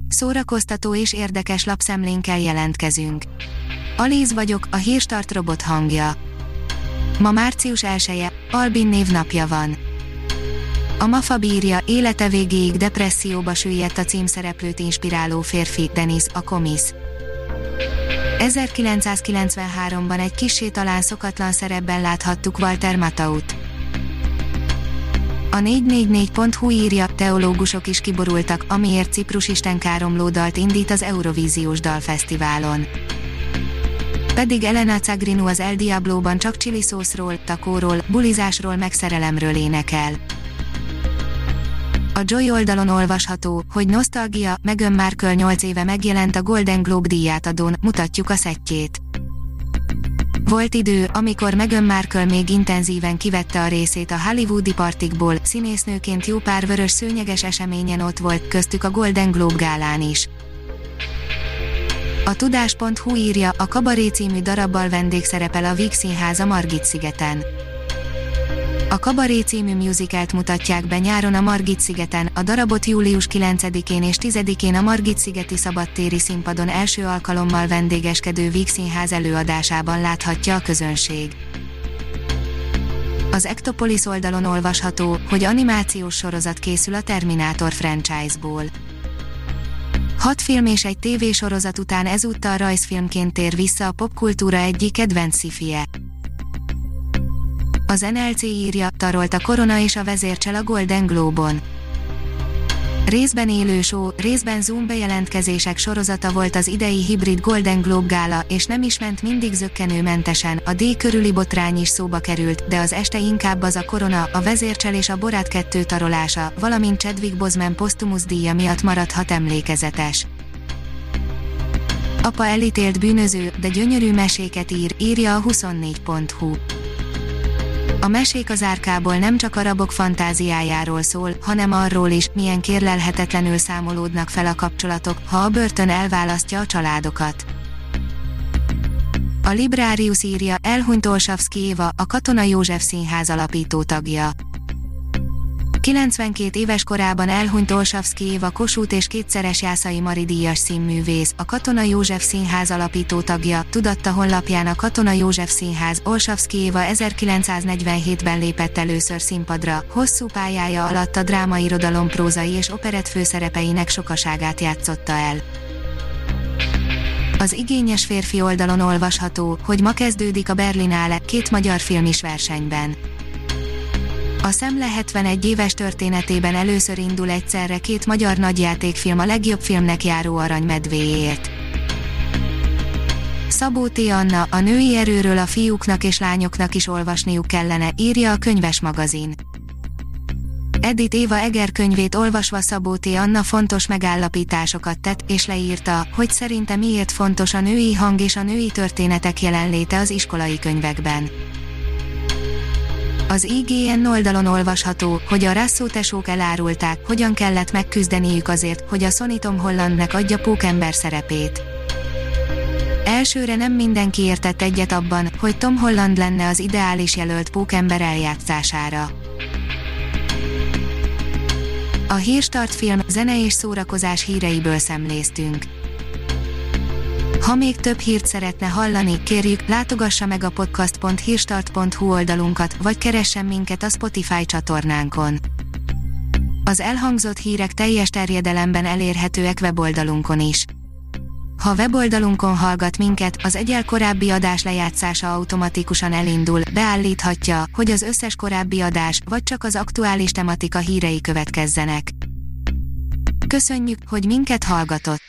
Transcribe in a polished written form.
Szórakoztató és érdekes lapszemlénkkel jelentkezünk. Alíz vagyok, a Hírstart robot hangja. Ma március 1-e, Albin névnapja van. A MAFA bírja, élete végéig depresszióba süllyedt a címszereplőt inspiráló férfi, Dennis, a komisz. 1993-ban egy kissé talán szokatlan szerepben láthattuk Walter Matthau't. A 444.hu írja, teológusok is kiborultak, amiért Ciprus istenkáromló dalt indít az Eurovíziós Dalfesztiválon. Pedig Elena Tsagrinou az El Diablo-ban csak csiliszoszról, takóról, bulizásról meg szerelemről énekel. A Joy oldalon olvasható, hogy nosztalgia, Meghan Markle 8 éve megjelent a Golden Globe díjátadón, mutatjuk a szettjét. Volt idő, amikor Meghan Markle még intenzíven kivette a részét a hollywoodi partikból, színésznőként jó pár vörös szőnyeges eseményen ott volt, köztük a Golden Globe gálán is. A tudás.hu írja, a Kabaré című darabbal vendégszerepel a Víg Színház a Margit-szigeten. A Kabaré című musicalt mutatják be nyáron a Margit-szigeten, a darabot július 9-én és 10-én a Margit-szigeti szabadtéri színpadon első alkalommal vendégeskedő Víg Színház előadásában láthatja a közönség. Az Ektopolis oldalon olvasható, hogy animációs sorozat készül a Terminátor franchise-ból. 6 film és egy tévésorozat után ezúttal rajzfilmként tér vissza a popkultúra egyik kedvenc sci-fije. Az NLC írja, tarolt a korona és a vezércsel a Golden Globe-on. Részben élő show, részben Zoom bejelentkezések sorozata volt az idei hibrid Golden Globe gála, és nem is ment mindig zökkenőmentesen, a díj körüli botrány is szóba került, de az este inkább az a korona, a vezércsel és a Borat 2 tarolása, valamint Chadwick Boseman posztumusz díja miatt maradhat emlékezetes. Apa elítélt bűnöző, de gyönyörű meséket írja a 24.hu. A mesék az árkából nem csak a rabok fantáziájáról szól, hanem arról is, milyen kérlelhetetlenül számolódnak fel a kapcsolatok, ha a börtön elválasztja a családokat. A Librarius írja, elhunyt Olsavszky Éva, a Katona József Színház alapító tagja. 92 éves korában elhunyt Olsavszky Éva Kossuth és kétszeres Jászai Mari díjas színművész, a Katona József Színház alapító tagja, tudatta honlapján a Katona József Színház. Olsavszky Éva 1947-ben lépett először színpadra, hosszú pályája alatt a drámairodalom prózai és operett főszerepeinek sokaságát játszotta el. Az igényes férfi oldalon olvasható, hogy ma kezdődik a Berlinale, 2 magyar film is versenyben. A Szemle 71 éves történetében először indul egyszerre 2 magyar nagyjátékfilm a legjobb filmnek járó Arany medvéjéért. Szabó T. Anna, a női erőről a fiúknak és lányoknak is olvasniuk kellene, írja a Könyves magazin. Edith Éva Eger könyvét olvasva Szabó T. Anna fontos megállapításokat tett, és leírta, hogy szerinte miért fontos a női hang és a női történetek jelenléte az iskolai könyvekben. Az IGN oldalon olvasható, hogy a Russo tesók elárulták, hogyan kellett megküzdeniük azért, hogy a Sony Tom Hollandnek adja pókember szerepét. Elsőre nem mindenki értett egyet abban, hogy Tom Holland lenne az ideális jelölt pókember eljátszására. A Hírstart film, zene és szórakozás híreiből szemléztünk. Ha még több hírt szeretne hallani, kérjük, látogassa meg a podcast.hírstart.hu oldalunkat, vagy keressen minket a Spotify csatornánkon. Az elhangzott hírek teljes terjedelemben elérhetőek weboldalunkon is. Ha weboldalunkon hallgat minket, az egyel korábbi adás lejátszása automatikusan elindul, beállíthatja, hogy az összes korábbi adás, vagy csak az aktuális tematika hírei következzenek. Köszönjük, hogy minket hallgatott!